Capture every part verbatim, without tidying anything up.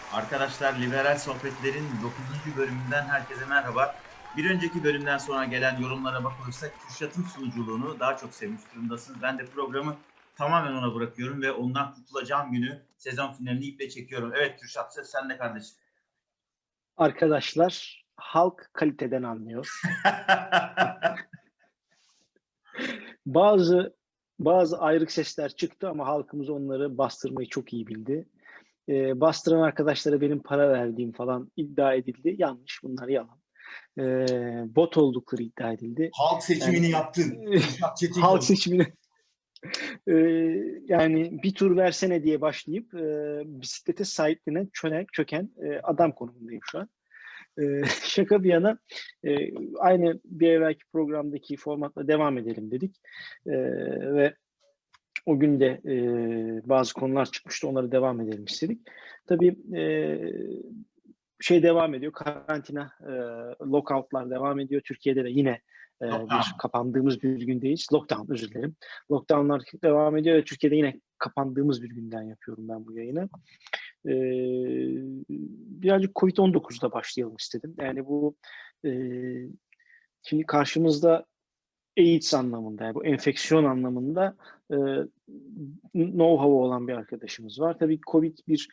Arkadaşlar, Liberal Sohbetler'in dokuzuncu bölümünden herkese merhaba. Bir önceki bölümden sonra gelen yorumlara bakılırsa Kürşat'ın sunuculuğunu daha çok sevmiş durumdasınız. Ben de programı tamamen ona bırakıyorum ve ondan kurtulacağım günü sezon finalini iple çekiyorum. Evet Kürşat, söz sende kardeşim. Arkadaşlar, halk kaliteden anlıyor. Bazı bazı ayrık sesler çıktı ama halkımız onları bastırmayı çok iyi bildi. Eee, bastıran arkadaşlara benim para verdiğim falan iddia edildi. Yanlış, bunlar yalan. Eee, bot oldukları iddia edildi. Halk Yani seçimini yaptın. Kürşat halk Çetinkol. seçimini eee, yani bir tur versene diye başlayıp eee, bisiklete sahiplenen çönen, çöken eee, adam konumundayım şu an. Eee, şaka bir yana, eee, aynı bir evvelki programdaki formatla devam edelim dedik. Eee, ve o gün de eee, bazı konular çıkmıştı, onlara devam edelim istedik. Tabii eee, şey devam ediyor, karantina, eee, lockout'lar devam ediyor. Türkiye'de de yine eee, bir Lockdown. kapandığımız bir gündeyiz. Lockdown, özür dilerim. Lockdown'lar devam ediyor ve Türkiye'de yine kapandığımız bir günden yapıyorum ben bu yayını. Eee, birazcık covid on dokuzla başlayalım istedim. Yani bu eee, şimdi karşımızda AIDS anlamında, yani bu enfeksiyon anlamında eee know-how olan bir arkadaşımız var. Tabii Covid bir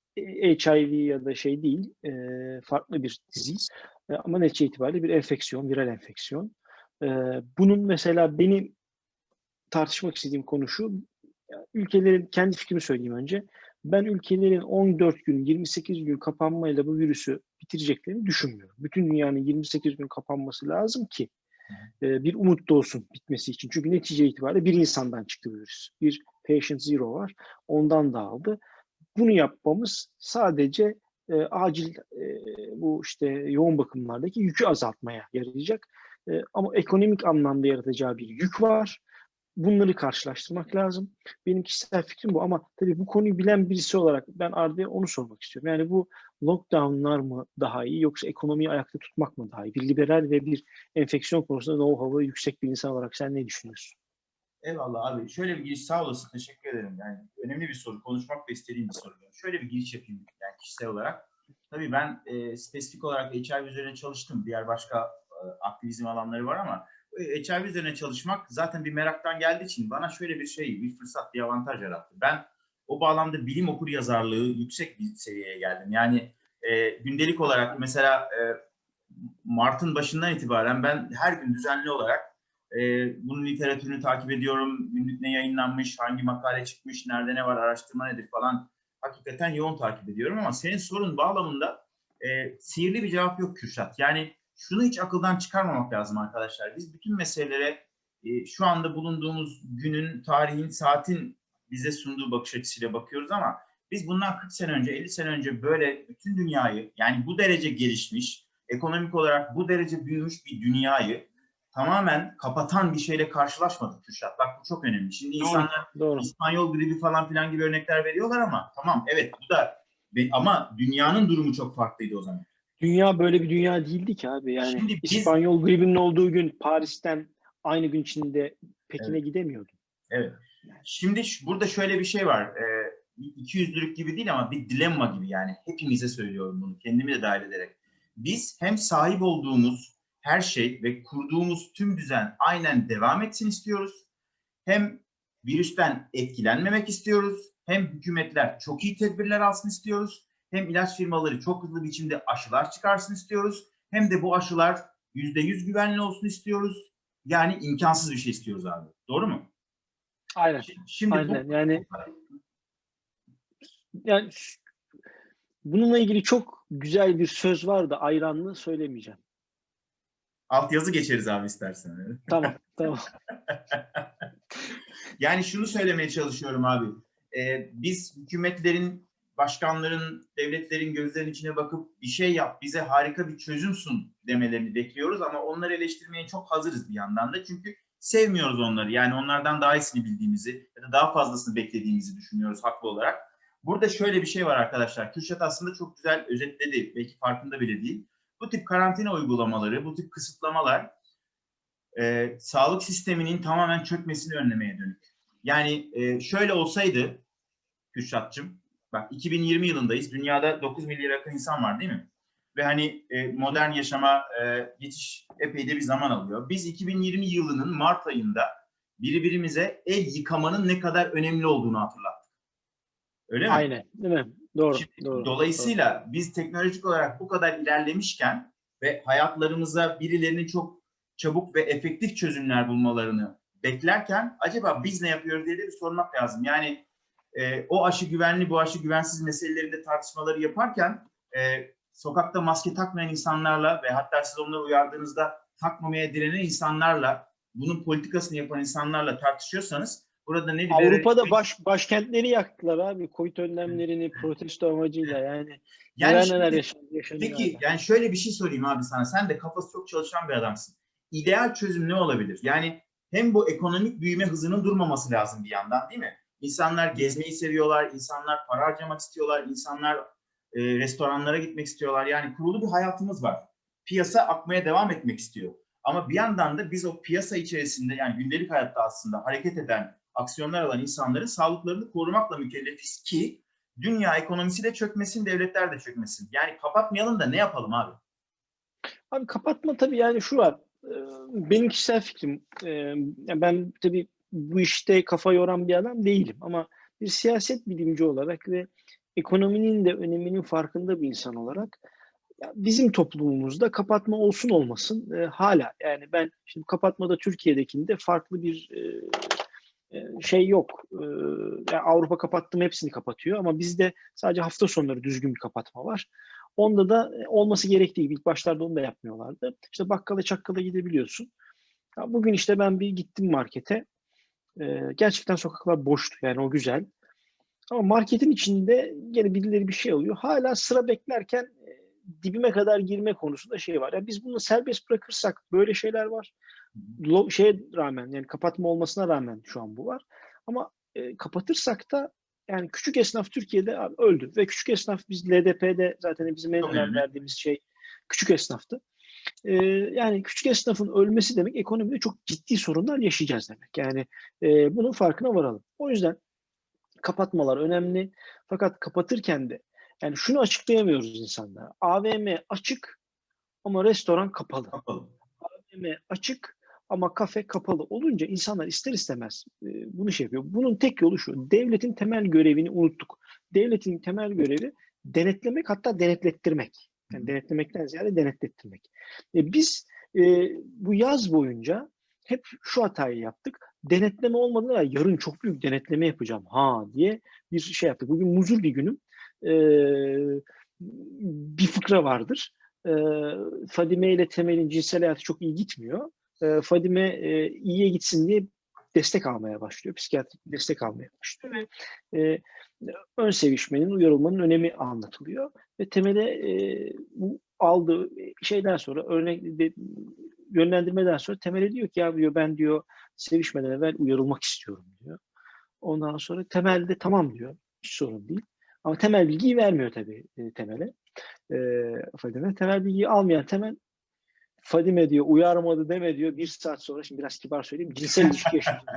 H I V ya da şey değil, eee, farklı bir disease. E, ama netice itibariyle bir enfeksiyon, viral enfeksiyon. Eee, bunun mesela benim tartışmak istediğim konu şu, ülkelerin, kendi fikrimi söyleyeyim önce. Ben ülkelerin on dört gün, yirmi sekiz gün kapanmayla bu virüsü bitireceklerini düşünmüyorum. Bütün dünyanın yirmi sekiz gün kapanması lazım ki e, bir umut doğsun bitmesi için. Çünkü netice itibariyle bir insandan çıktı bu virüs. Bir patient zero var, ondan dağıldı. Bunu yapmamız sadece e, acil e, bu işte yoğun bakımlardaki yükü azaltmaya yarayacak. E, ama ekonomik anlamda yaratacağı bir yük var. Bunları karşılaştırmak lazım. Benim kişisel fikrim bu ama tabii bu konuyu bilen birisi olarak ben Arda'ya onu sormak istiyorum. Yani bu lockdown'lar mı daha iyi yoksa ekonomiyi ayakta tutmak mı daha iyi? Bir liberal ve bir enfeksiyon konusunda know-how'ı yüksek bir insan olarak sen ne düşünüyorsun? Eyvallah abi. Şöyle bir giriş, sağ olasın. Teşekkür ederim. Yani önemli bir soru. Konuşmak da istediğim bir soru. Şöyle bir giriş yapayım yani kişisel olarak. Tabii ben e, spesifik olarak H I V üzerine çalıştım. Diğer başka e, aktivizm alanları var ama H I V üzerine çalışmak zaten bir meraktan geldiği için bana şöyle bir şey, bir fırsat, bir avantaj yarattı. Ben o bağlamda bilim okur yazarlığı yüksek bir seviyeye geldim. Yani e, gündelik olarak mesela e, Mart'ın başından itibaren ben her gün düzenli olarak e, bunun literatürünü takip ediyorum. Günlük ne yayınlanmış, hangi makale çıkmış, nerede ne var, araştırma nedir falan. Hakikaten yoğun takip ediyorum ama senin sorun bağlamında e, sihirli bir cevap yok Kürşat. Yani şunu hiç akıldan çıkarmamak lazım arkadaşlar. Biz bütün meselelere e, şu anda bulunduğumuz günün, tarihin, saatin bize sunduğu bakış açısıyla bakıyoruz ama biz bundan kırk sene önce, elli sene önce böyle bütün dünyayı, yani bu derece gelişmiş, ekonomik olarak bu derece büyümüş bir dünyayı tamamen kapatan bir şeyle karşılaşmadık Kürşat. Bak bu çok önemli. Şimdi Doğru, insanlar doğru. İspanyol gribi falan filan gibi örnekler veriyorlar ama tamam evet bu da ama dünyanın durumu çok farklıydı o zaman. Dünya böyle bir dünya değildi ki abi. Yani Şimdi biz İspanyol gribinin olduğu gün Paris'ten aynı gün içinde Pekin'e evet, gidemiyordun. evet. Yani, Şimdi burada şöyle bir şey var. Ee, iki yüzlülük gibi değil ama bir dilemma gibi yani. Hepimize söylüyorum bunu. Kendimi de dahil ederek. Biz hem sahip olduğumuz her şey ve kurduğumuz tüm düzen aynen devam etsin istiyoruz. Hem virüsten etkilenmemek istiyoruz. Hem hükümetler çok iyi tedbirler alsın istiyoruz. Hem ilaç firmaları çok hızlı biçimde aşılar çıkarsın istiyoruz. Hem de bu aşılar yüzde yüz güvenli olsun istiyoruz. Yani imkansız bir şey istiyoruz abi. Doğru mu? aynen. Şimdi bu Aynen. Yani yani bununla ilgili çok güzel bir söz var da ayranlı söylemeyeceğim. altyazı geçeriz abi istersen. Tamam, tamam. Yani şunu söylemeye çalışıyorum abi. Ee, biz hükümetlerin, başkanların, devletlerin gözlerinin içine bakıp bir şey yap, bize harika bir çözüm sun demelerini bekliyoruz ama onları eleştirmeye çok hazırız bir yandan da. Çünkü sevmiyoruz onları. Yani onlardan daha iyisini bildiğimizi ya da daha fazlasını beklediğimizi düşünüyoruz haklı olarak. Burada şöyle bir şey var arkadaşlar. Kürşat aslında çok güzel özetledi. Belki farkında bile değil. Bu tip karantina uygulamaları, bu tip kısıtlamalar e, sağlık sisteminin tamamen çökmesini önlemeye dönük. Yani e, şöyle olsaydı Kürşat'cığım, Bak iki bin yirmi yılındayız. Dünyada dokuz milyara yakın insan var değil mi? Ve hani e, modern yaşama e, geçiş epey de bir zaman alıyor. Biz iki bin yirmi yılının Mart ayında birbirimize el yıkamanın ne kadar önemli olduğunu hatırlattık. Öyle mi? Aynen, değil mi? Doğru, Şimdi, doğru. dolayısıyla doğru. Biz teknolojik olarak bu kadar ilerlemişken ve hayatlarımıza birilerinin çok çabuk ve efektif çözümler bulmalarını beklerken acaba biz ne yapıyoruz diye de bir sormak lazım. Yani e, o aşı güvenli, bu aşı güvensiz meselelerinde tartışmaları yaparken e, sokakta maske takmayan insanlarla ve hatta siz onları uyardığınızda takmamaya direnen insanlarla, bunun politikasını yapan insanlarla tartışıyorsanız burada ne liberal... Avrupa'da baş, başkentleri yaktılar abi. Covid önlemlerini protesto amacıyla yani. Yani neler şimdi, neler yaşanıyor. peki yaşanıyor. yani şöyle bir şey sorayım abi sana. Sen de kafası çok çalışan bir adamsın. İdeal çözüm ne olabilir? Yani hem bu ekonomik büyüme hızının durmaması lazım bir yandan değil mi? İnsanlar gezmeyi seviyorlar, insanlar para harcamak istiyorlar, insanlar e, restoranlara gitmek istiyorlar. Yani kurulu bir hayatımız var. Piyasa akmaya devam etmek istiyor. Ama bir yandan da biz o piyasa içerisinde yani gündelik hayatta aslında hareket eden, aksiyonlar alan insanların sağlıklarını korumakla mükellefiz ki dünya ekonomisi de çökmesin, devletler de çökmesin. Yani kapatmayalım da ne yapalım abi? Abi kapatma tabii yani şu var. Benim kişisel fikrim, ben tabii bu işte kafa yoran bir adam değilim ama bir siyaset bilimci olarak ve ekonominin de öneminin farkında bir insan olarak bizim toplumumuzda kapatma olsun olmasın hala yani ben şimdi kapatmada Türkiye'dekinde farklı bir şey yok. Yani Avrupa kapattım hepsini kapatıyor ama bizde sadece hafta sonları düzgün bir kapatma var. Onda da olması gerektiği gibi ilk başlarda onu da yapmıyorlardı. İşte bakkala çakkala gidebiliyorsun. Bugün işte ben bir gittim markete. Gerçekten sokaklar boştu yani o güzel. Ama marketin içinde gene birileri bir şey alıyor. Hala sıra beklerken dibime kadar girme konusunda şey var. Yani biz bunu serbest bırakırsak böyle şeyler var. Şeye rağmen yani kapatma olmasına rağmen şu an bu var. Ama e, kapatırsak da yani küçük esnaf Türkiye'de abi, öldü. Ve küçük esnaf biz L D P'de zaten bizim en Çok önem önemli. verdiğimiz şey küçük esnaftı. E, yani küçük esnafın ölmesi demek ekonomide çok ciddi sorunlar yaşayacağız demek. Yani e, bunun farkına varalım. O yüzden kapatmalar önemli. Fakat kapatırken de yani şunu açıklayamıyoruz insanlara. A V M açık ama restoran kapalı. Kapalı. A V M açık ama kafe kapalı olunca insanlar ister istemez e, bunu şey yapıyor. Bunun tek yolu şu. Devletin temel görevini unuttuk. Devletin temel görevi denetlemek hatta denetlettirmek. Yani denetlemekten ziyade denetlettirmek. E, biz e, bu yaz boyunca hep şu hatayı yaptık. Denetleme olmadı da yarın çok büyük denetleme yapacağım ha diye bir şey yaptık. Bugün muzur bir günüm. E, bir fıkra vardır. E, Fadime ile Temel'in cinsel hayatı çok iyi gitmiyor. E, Fadime e, iyiye gitsin diye destek almaya başlıyor. Psikiyatrik destek almaya başlıyor ve e, ön sevişmenin, uyarılmanın önemi anlatılıyor. Ve Temel'e e, bu aldığı şeyden sonra, örnek de, yönlendirmeden sonra Temel'e diyor ki ya diyor ben diyor sevişmeden evvel uyarılmak istiyorum diyor. Ondan sonra Temel de tamam diyor. Hiç sorun değil. Ama Temel bilgiyi vermiyor tabii e, Temel'e. E, Fadime. Temel bilgiyi almayan Temel Fadime diyor uyarmadı deme diyor. Bir saat sonra şimdi biraz kibar söyleyeyim cinsel ilişki yaşayacak.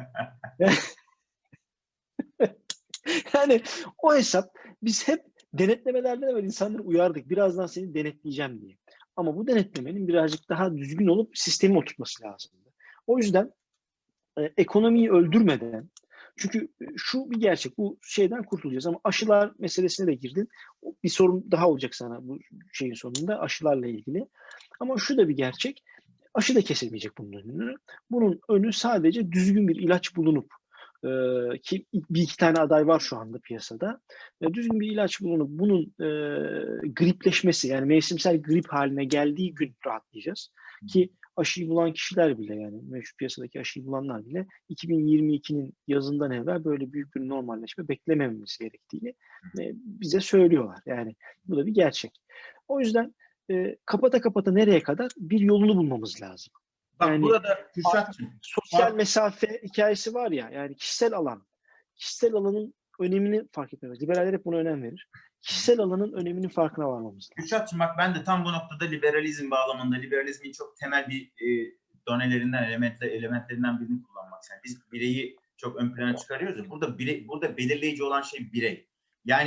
Yani o hesap biz hep denetlemelerden evvel insanları uyardık. Birazdan seni denetleyeceğim diye. Ama bu denetlemenin birazcık daha düzgün olup sistemi oturtması lazımdı. O yüzden e, ekonomiyi öldürmeden çünkü şu bir gerçek bu şeyden kurtulacağız ama aşılar meselesine de girdin. Bir sorun daha olacak sana bu şeyin sonunda aşılarla ilgili. Ama şu da bir gerçek. Aşı da kesemeyecek bunun önünü. Bunun önü sadece düzgün bir ilaç bulunup e, ki bir iki tane aday var şu anda piyasada. E, düzgün bir ilaç bulunup bunun e, gripleşmesi yani mevsimsel grip haline geldiği gün rahatlayacağız. Ki aşıyı bulan kişiler bile yani mevcut piyasadaki aşıyı bulanlar bile iki bin yirmi ikinin yazından evvel böyle büyük bir normalleşme beklemememiz gerektiğini e, bize söylüyorlar. Yani bu da bir gerçek. O yüzden e, kapata kapata nereye kadar bir yolunu bulmamız lazım. Bak Yani burada Kürşat'cığım. sosyal mesafe hikayesi var ya yani kişisel alan. Kişisel alanın önemini fark etmemiz. Liberaller hep buna önem verir. Kişisel alanın öneminin farkına varmamız lazım. Kürşat'cığım bak ben de tam bu noktada liberalizm bağlamında liberalizmin çok temel bir e, donelerinden, elementle, elementlerinden birini kullanmak. Yani biz bireyi çok ön plana çıkarıyoruz ya. Burada birey, burada belirleyici olan şey birey. Yani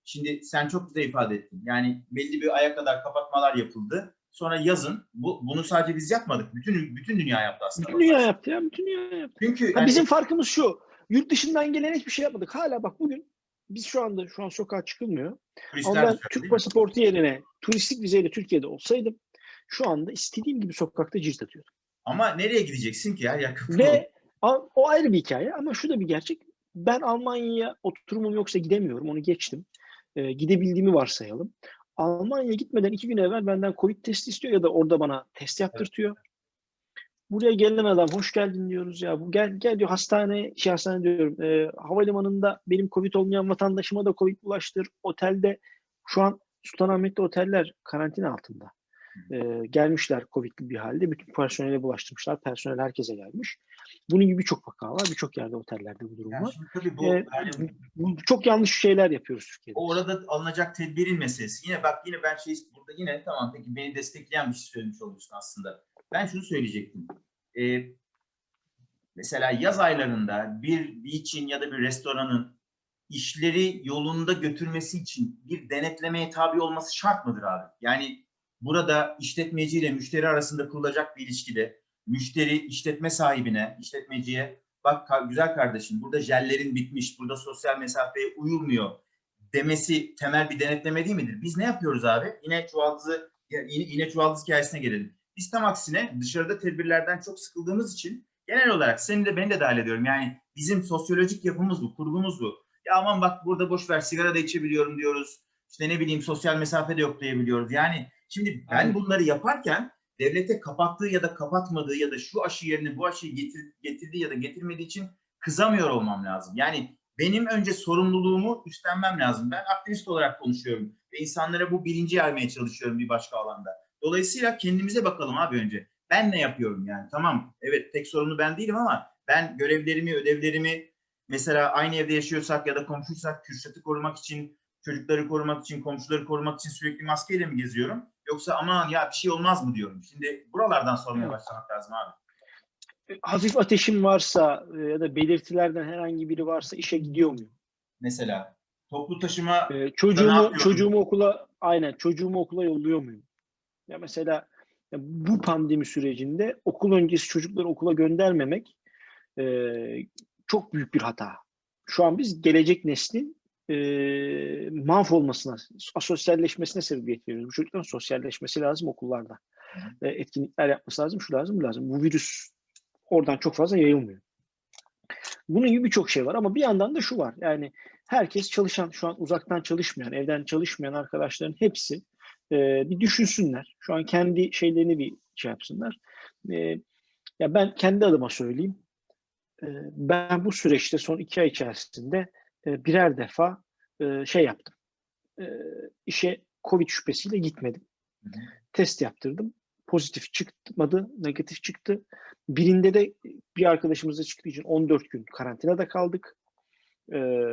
Şimdi sen çok güzel ifade ettin. Yani belli bir aya kadar kapatmalar yapıldı. Sonra yazın bu, bunu sadece biz yapmadık. Bütün bütün dünya yaptı aslında. Bütün dünya yaptı ya. Bütün dünya yaptı. Çünkü Ha, yani bizim farkımız şu. Yurt dışından gelen hiçbir şey yapmadık. Hala bak bugün biz şu anda şu an sokağa çıkılmıyor. turistler Ama ben dışarıda, Türk değil mi? pasaportu yerine turistik vizeyle Türkiye'de olsaydım şu anda istediğim gibi sokakta cirit atıyordum. Ama nereye gideceksin ki? Her yer kapalı. Ve a- o ayrı bir hikaye ama şu da bir gerçek. Ben Almanya'ya oturumum yoksa gidemiyorum. Onu geçtim. Ee, gidebildiğimi varsayalım. Almanya'ya gitmeden iki gün evvel benden Covid testi istiyor ya da orada bana test yaptırtıyor. Buraya gelen adam hoş geldin diyoruz ya. Bu gel gel diyor hastane, şey hastane diyorum. E, havalimanında benim Covid olmayan vatandaşıma da Covid bulaştır. Otelde şu an Sultanahmet'te oteller karantina altında. E, gelmişler Covid'li bir halde. Bütün personele bulaştırmışlar. Personel herkese gelmiş. Bunun gibi birçok vaka var. Birçok yerde otellerde bu durum Yani var. şimdi tabii bu E, yani bu çok yanlış şeyler yapıyoruz Türkiye'de. o orada alınacak tedbirin meselesi. Yine bak yine ben şey burada yine tamam peki beni destekleyen bir şey söylemiş oluyorsun aslında. Ben şunu söyleyecektim. Ee, mesela yaz aylarında bir beach'in ya da bir restoranın işleri yolunda götürmesi için bir denetlemeye tabi olması şart mıdır abi? Yani burada işletmeci ile müşteri arasında kurulacak bir ilişkide müşteri işletme sahibine, işletmeciye bak güzel kardeşim burada jellerin bitmiş, burada sosyal mesafeye uyulmuyor demesi temel bir denetleme değil midir? Biz ne yapıyoruz abi? Yine çuvaldızı yine, yine çuvaldız hikayesine gelelim. Biz tam aksine dışarıda tedbirlerden çok sıkıldığımız için genel olarak seni de beni de dahil ediyorum. Yani bizim sosyolojik yapımız bu, kurgumuz bu. Ya aman bak burada boş ver sigara da içebiliyorum diyoruz. İşte ne bileyim sosyal mesafe de yok diyebiliyoruz. Yani şimdi ben Aynen. bunları yaparken devlete kapattığı ya da kapatmadığı ya da şu aşı yerine bu aşıyı getir, getirdiği ya da getirmediği için kızamıyor olmam lazım. Yani benim önce sorumluluğumu üstlenmem lazım. Ben aktivist olarak konuşuyorum ve insanlara bu bilinci vermeye çalışıyorum bir başka alanda. Dolayısıyla kendimize bakalım abi önce. Ben ne yapıyorum yani? Tamam evet tek sorumlu ben değilim ama ben görevlerimi, ödevlerimi mesela aynı evde yaşıyorsak ya da komşuysak Kürşat'ı korumak için, çocukları korumak için, komşuları korumak için sürekli maskeyle mi geziyorum? Yoksa aman ya bir şey olmaz mı diyorum. Şimdi buralardan sormaya başlamak lazım abi. Hafif ateşim varsa ya da belirtilerden herhangi biri varsa işe gidiyor muyum? Mesela toplu taşıma Ee, ne çocuğumu yapıyorum? çocuğumu okula aynen çocuğumu okula yolluyor muyum? Ya mesela ya bu pandemi sürecinde okul öncesi çocukları okula göndermemek e, çok büyük bir hata. Şu an biz gelecek neslin e, mahvolmasına, asosyalleşmesine sebebiyet veriyoruz. Bu çocukların sosyalleşmesi lazım okullarda. E, etkinlikler yapması lazım, şu lazım, bu lazım. Bu virüs oradan çok fazla yayılmıyor. Bunun gibi birçok şey var ama bir yandan da şu var. Yani herkes çalışan, şu an uzaktan çalışmayan, evden çalışmayan arkadaşların hepsi e, bir düşünsünler. Şu an kendi şeylerini bir şey yapsınlar. E, ya ben kendi adıma söyleyeyim. E, ben bu süreçte son iki ay içerisinde e, birer defa e, şey yaptım. E, işe Covid şüphesiyle gitmedim. Hı hı. Test yaptırdım. Pozitif çıkmadı, negatif çıktı. Birinde de bir arkadaşımızda çıktığı için on dört gün karantinada kaldık. Ee,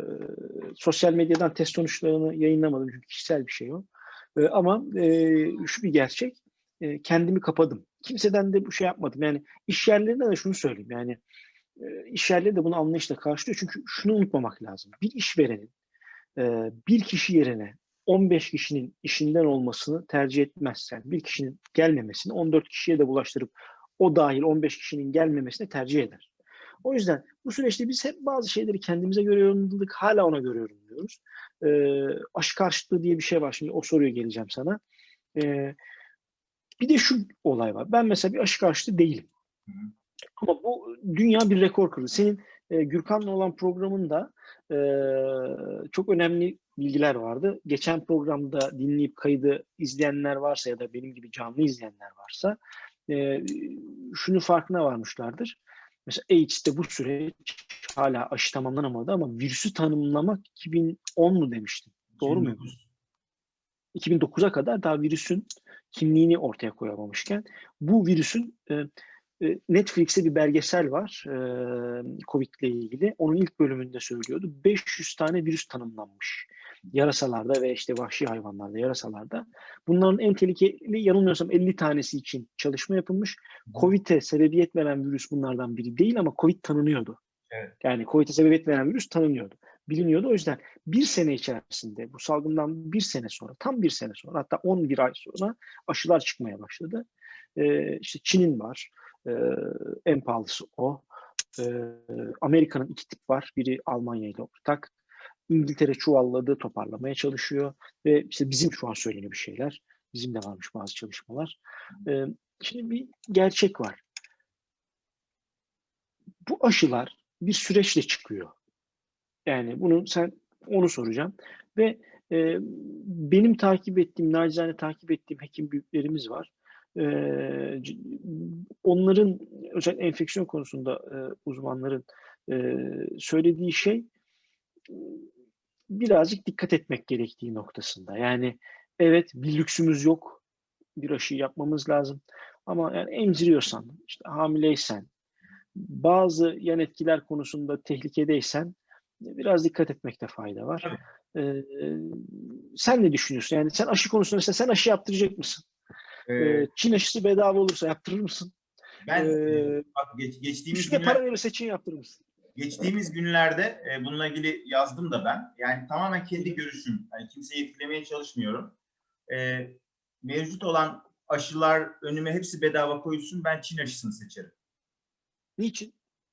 sosyal medyadan test sonuçlarını yayınlamadım çünkü kişisel bir şey o. Ee, ama e, şu bir gerçek, e, kendimi kapadım. Kimseden de bu şey yapmadım. Yani iş yerlerinde de şunu söyleyeyim. Yani e, iş yerleri de bunu anlayışla karşılıyor. Çünkü şunu unutmamak lazım. Bir işverenin e, bir kişi yerine on beş kişinin işinden olmasını tercih etmez. Yani bir kişinin gelmemesini on dört kişiye de bulaştırıp o dahil on beş kişinin gelmemesini tercih eder. O yüzden bu süreçte biz hep bazı şeyleri kendimize göre yorumladık. Hala ona göre yorumluyoruz. E, aşı karşıtlığı diye bir şey var. Şimdi o soruya geleceğim sana. E, bir de şu olay var. Ben mesela bir aşı karşıtı değilim. Hı hı. Ama bu dünya bir rekor kırdı. Senin e, Gürkan'la olan programında e, çok önemli bilgiler vardı. Geçen programda dinleyip kaydı izleyenler varsa ya da benim gibi canlı izleyenler varsa e, şunu farkına varmışlardır. Mesela AIDS'te bu süreç hala aşı tamamlanamadı ama virüsü tanımlamak iki bin on mu demiştim? Doğru mu? iki bin dokuz. iki bin dokuza kadar daha virüsün kimliğini ortaya koyamamışken bu virüsün e, Netflix'te bir belgesel var e, Covid ile ilgili. Onun ilk bölümünde söylüyordu. beş yüz tane virüs tanımlanmış. Yarasalarda ve işte vahşi hayvanlarda, yarasalarda. Bunların en tehlikeli yanılmıyorsam elli tanesi için çalışma yapılmış. Covid'e sebebiyet veren virüs bunlardan biri değil ama Covid tanınıyordu. Evet. Yani Covid'e sebebiyet veren virüs tanınıyordu. biliniyordu. O yüzden bir sene içerisinde, bu salgından bir sene sonra, tam bir sene sonra, hatta on bir ay sonra aşılar çıkmaya başladı. Ee, işte Çin'in var, ee, en pahalısı o. Ee, Amerika'nın iki tip var, biri Almanya ile ortak. İngiltere çuvalladı, toparlamaya çalışıyor ve işte bizim şu an söylenen bir şeyler, bizim de varmış bazı çalışmalar. Ee, şimdi bir gerçek var. Bu aşılar bir süreçle çıkıyor. Yani bunu sen onu soracağım ve e, benim takip ettiğim, nacizane takip ettiğim hekim büyüklerimiz var. E, onların özellikle enfeksiyon konusunda e, uzmanların e, söylediği şey birazcık dikkat etmek gerektiği noktasında. Yani evet bir lüksümüz yok. Bir aşı yapmamız lazım. Ama yani emziriyorsan, işte hamileysen, bazı yan etkiler konusunda tehlikedeysen biraz dikkat etmekte fayda var. Ee, sen ne düşünüyorsun? Yani sen aşı konusunda mesela sen aşı yaptıracak mısın? Ee, Çin aşısı bedava olursa yaptırır mısın? Ben Ee, bak geç, geçtiğimiz üstüne günler para verirse Çin yaptırır mısın? geçtiğimiz günlerde e, bununla ilgili yazdım da ben. Yani tamamen kendi görüşüm. Yani kimseyi etkilemeye çalışmıyorum. E, mevcut olan aşılar önüme hepsi bedava koyulsun. Ben Çin aşısını seçerim. Niçin?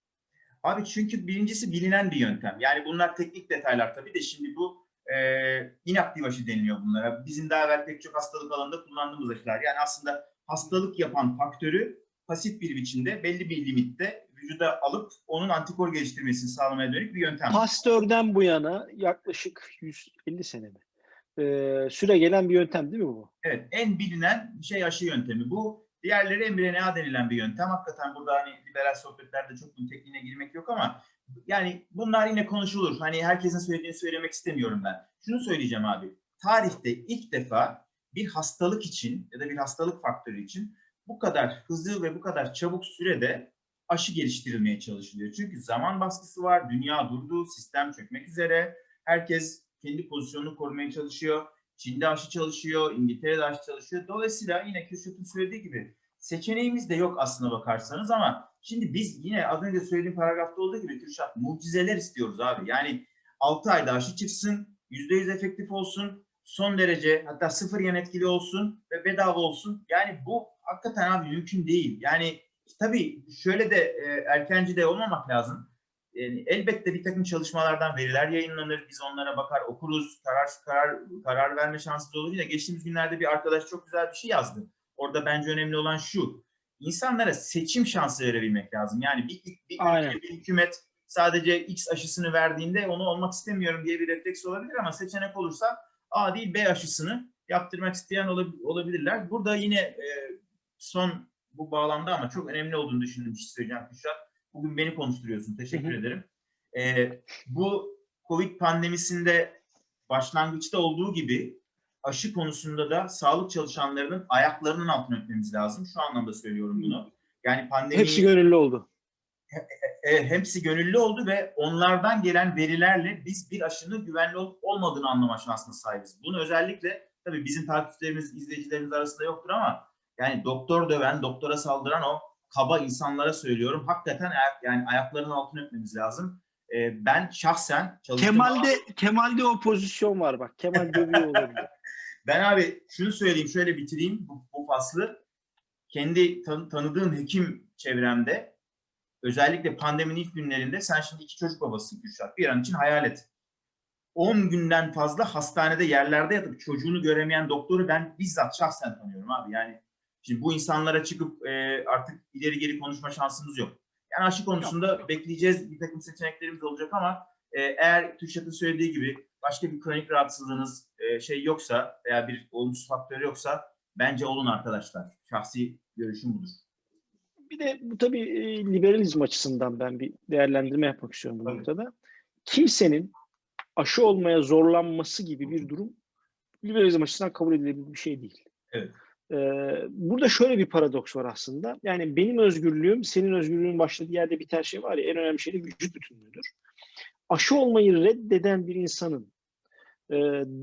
Abi çünkü birincisi bilinen bir yöntem. Yani bunlar teknik detaylar tabii de şimdi bu e, inaktif aşı deniliyor bunlara. Bizim daha evvel pek çok hastalık alanında kullandığımız aşılar. Yani aslında hastalık yapan faktörü pasif bir biçimde belli bir limitte vücuda alıp onun antikor geliştirmesini sağlamaya dönük bir yöntem. Pasteur'den bu yana yaklaşık yüz elli sene mi? Ee, süre gelen bir yöntem değil mi bu? Evet, en bilinen şey aşı yöntemi bu. Diğerleri mRNA denilen bir yöntem. Hakikaten burada hani liberal sohbetlerde çok bunun tekniğine girmek yok ama yani bunlar yine konuşulur. Hani herkesin söylediğini söylemek istemiyorum ben. Şunu söyleyeceğim abi. Tarihte ilk defa bir hastalık için ya da bir hastalık faktörü için bu kadar hızlı ve bu kadar çabuk sürede aşı geliştirilmeye çalışılıyor. Çünkü zaman baskısı var, dünya durdu, sistem çökmek üzere. Herkes kendi pozisyonunu korumaya çalışıyor. Çin'de aşı çalışıyor, İngiltere'de aşı çalışıyor. Dolayısıyla yine Kürşat'ın söylediği gibi seçeneğimiz de yok aslına bakarsanız ama şimdi biz yine az önce söylediğim paragrafta olduğu gibi Kürşat mucizeler istiyoruz abi. Yani altı ayda aşı çıksın, yüzde yüz efektif olsun, son derece hatta sıfır yan etkili olsun ve bedava olsun. Yani bu hakikaten abi mümkün değil. Yani tabii şöyle de e, erkenci de olmamak lazım. Yani elbette bir takım çalışmalardan veriler yayınlanır. Biz onlara bakar, okuruz. Karar karar karar verme şansımız olur. Yine geçtiğimiz günlerde bir arkadaş çok güzel bir şey yazdı. Orada bence önemli olan şu. İnsanlara seçim şansı verebilmek lazım. Yani bir, bir ülke, bir hükümet sadece X aşısını verdiğinde onu olmak istemiyorum diye bir refleks olabilir ama seçenek olursa A değil B aşısını yaptırmak isteyen olabilirler. Burada yine e, son bu bağlamda ama çok önemli olduğunu düşündüğüm bir şey söyleyeceğim Kürşat. Bugün beni konuşturuyorsun. Teşekkür hı hı. ederim. Ee, bu Covid pandemisinde başlangıçta olduğu gibi aşı konusunda da sağlık çalışanlarının ayaklarının altına öpmemiz lazım. Şu anlamda söylüyorum bunu. Yani pandemi... Hepsi gönüllü oldu. E, hepsi gönüllü oldu ve onlardan gelen verilerle biz bir aşının güvenli olup olmadığını anlama şansına sahibiz. Bunu özellikle tabii bizim takipçilerimiz, izleyicilerimiz arasında yoktur ama yani doktor döven, doktora saldıran o kaba insanlara söylüyorum. Hakikaten ayak, yani ayaklarının altına öpmemiz lazım. Ee, ben şahsen çalıştığım Kemal'de zaman... Kemal'de o pozisyon var bak. Kemal dövüyor olabilir. Ben abi şunu söyleyeyim, şöyle bitireyim bu, bu faslı. Kendi tan- tanıdığım hekim çevremde özellikle pandeminin ilk günlerinde sen şimdi iki çocuk babasısın Kürşat. Bir an için hayal et. on günden fazla hastanede yerlerde yatıp çocuğunu göremeyen doktoru ben bizzat şahsen tanıyorum abi. Yani şimdi bu insanlara çıkıp e, artık ileri geri konuşma şansımız yok. Yani aşı konusunda yok. Bekleyeceğiz. Bir takım seçeneklerimiz olacak ama e, eğer Kürşat'ın söylediği gibi başka bir kronik rahatsızlığınız e, şey yoksa veya bir olumsuz faktör yoksa bence olun arkadaşlar. Şahsi görüşüm budur. Bir de bu tabii e, liberalizm açısından ben bir değerlendirme yapmak istiyorum bu noktada. Kimsenin aşı olmaya zorlanması gibi bir durum liberalizm açısından kabul edilebilir bir şey değil. Evet. Ee, burada şöyle bir paradoks var aslında. Yani benim özgürlüğüm, senin özgürlüğün başladığı yerde biter şey var ya, en önemli şey de vücut bütünlüğüdür. Aşı olmayı reddeden bir insanın e,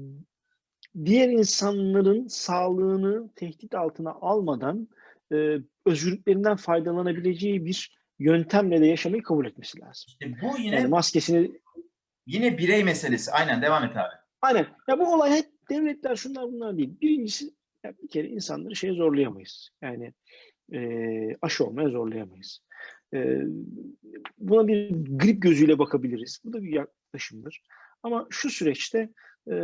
diğer insanların sağlığını tehdit altına almadan e, özgürlüklerinden faydalanabileceği bir yöntemle de yaşamayı kabul etmesi lazım. İşte bu yine yani maskesini Yine birey meselesi. Aynen, devam et abi. Aynen. Ya bu olay hep devletler şunlar bunlar değil. Birincisi ya bir kere insanları şeye zorlayamayız. Yani e, aşı olmaya zorlayamayız. E, buna bir grip gözüyle bakabiliriz. Bu da bir yaklaşımdır. Ama şu süreçte e,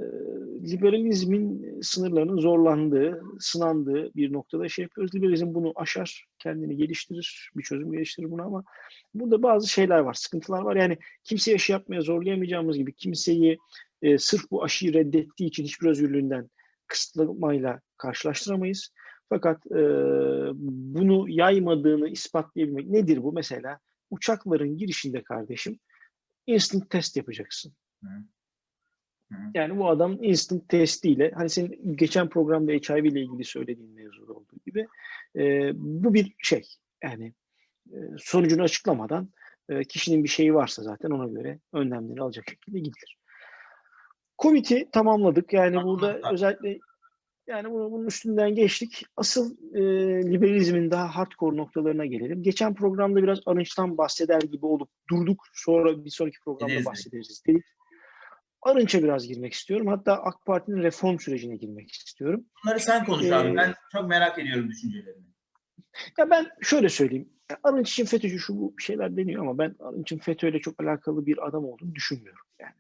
liberalizmin sınırlarının zorlandığı, sınandığı bir noktada şey yapıyoruz. Liberalizm bunu aşar, kendini geliştirir, bir çözüm geliştirir buna ama burada bazı şeyler var, sıkıntılar var. Yani kimseyi aşı yapmaya zorlayamayacağımız gibi kimseyi e, sırf bu aşıyı reddettiği için hiçbir özgürlüğünden kısıtlamayla karşılaştıramayız. Fakat e, bunu yaymadığını ispatlayabilmek nedir bu? Mesela uçakların girişinde kardeşim instant test yapacaksın. Hı. Hı. Yani bu adam instant testiyle, hani senin geçen programda H I V ile ilgili söylediğin mevzuda olduğu gibi e, bu bir şey. Yani e, sonucunu açıklamadan e, kişinin bir şeyi varsa zaten ona göre önlemleri alacak şekilde gidilir. Covid'i tamamladık. Yani burada özellikle yani bunu, bunun üstünden geçtik. Asıl e, liberalizmin daha hardcore noktalarına gelelim. Geçen programda biraz Arınç'tan bahseder gibi olup durduk. Sonra bir sonraki programda Ederiz. bahsederiz dedik. Arınç'a biraz girmek istiyorum. Hatta AK Parti'nin reform sürecine girmek istiyorum. Bunları sen konuş Ee, abi. Ben çok merak ediyorum düşüncelerini. Ya ben şöyle söyleyeyim. Arınç için FETÖ'cü şu bu şeyler deniyor ama ben Arınç'ın FETÖ'yle çok alakalı bir adam olduğunu düşünmüyorum. Yani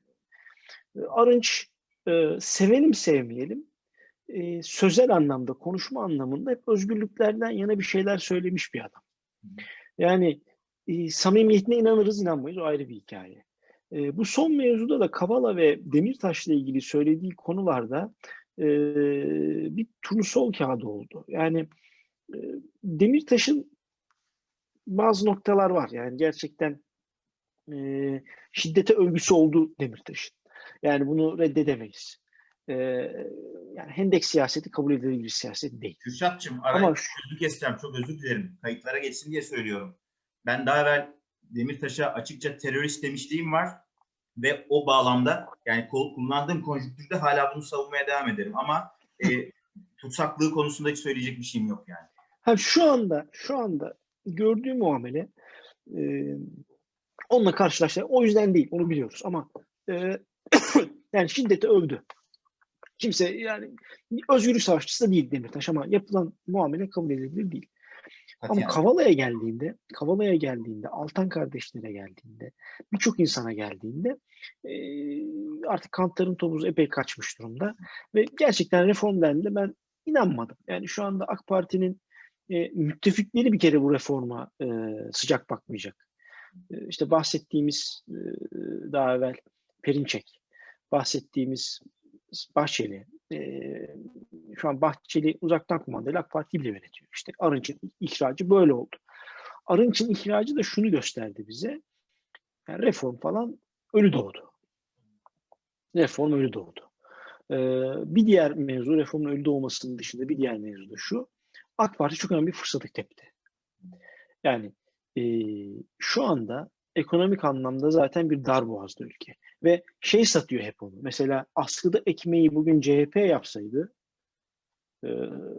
Arınç e, sevelim sevmeyelim e, sözel anlamda, konuşma anlamında hep özgürlüklerden yana bir şeyler söylemiş bir adam. Yani e, samimiyetine inanırız inanmayız o ayrı bir hikaye. E, bu son mevzuda da Kavala ve Demirtaş'la ilgili söylediği konularda e, bir turnusol kağıdı oldu. Yani e, Demirtaş'ın bazı noktalar var. Yani gerçekten e, şiddete övgüsü oldu Demirtaş'ın. Yani bunu reddedemeyiz. E, yani hendek siyaseti kabul edilebilir bir siyaset değil. Kürşat'cığım araya Ama sözlü keseceğim. Çok özür dilerim. Kayıtlara geçsin diye söylüyorum. Ben daha evvel Demirtaş'a açıkça terörist demişliğim var. Ve o bağlamda yani kullandığım konjüktürde hala bunu savunmaya devam ederim. Ama e, tutsaklığı konusunda hiç söyleyecek bir şeyim yok yani. ha, şu anda şu anda gördüğüm muamele e, onunla karşılaştık. O yüzden değil, onu biliyoruz. Ama e, yani şiddeti övdü. Kimse yani özgürlük savaşçısı da değil Demirtaş ama yapılan muamele kabul edilebilir değil. Ama Katiyen. Kavala'ya geldiğinde, Kavala'ya geldiğinde, Altan kardeşlere geldiğinde, birçok insana geldiğinde e, artık kantarın topuzu epey kaçmış durumda. Ve gerçekten reform dendiğinde ben inanmadım. Yani şu anda AK Parti'nin e, müttefikleri bir kere bu reforma e, sıcak bakmayacak. E, işte bahsettiğimiz e, daha evvel Perinçek, bahsettiğimiz Bahçeli, e, şu an Bahçeli uzaktan kumandayla AK Parti'yi bile yönetiyor. İşte Arınç'ın ihracı böyle oldu. Arınç'ın ihracı da şunu gösterdi bize. Yani reform falan ölü doğdu. Reform ölü doğdu. Ee, bir diğer mevzu, reformun ölü doğmasının dışında bir diğer mevzu da şu. AK Parti çok önemli bir fırsatı tepti. Yani e, şu anda ekonomik anlamda zaten bir darboğazda ülke. Ve şey satıyor hep onu. Mesela askıda ekmeği bugün C H P yapsaydı e,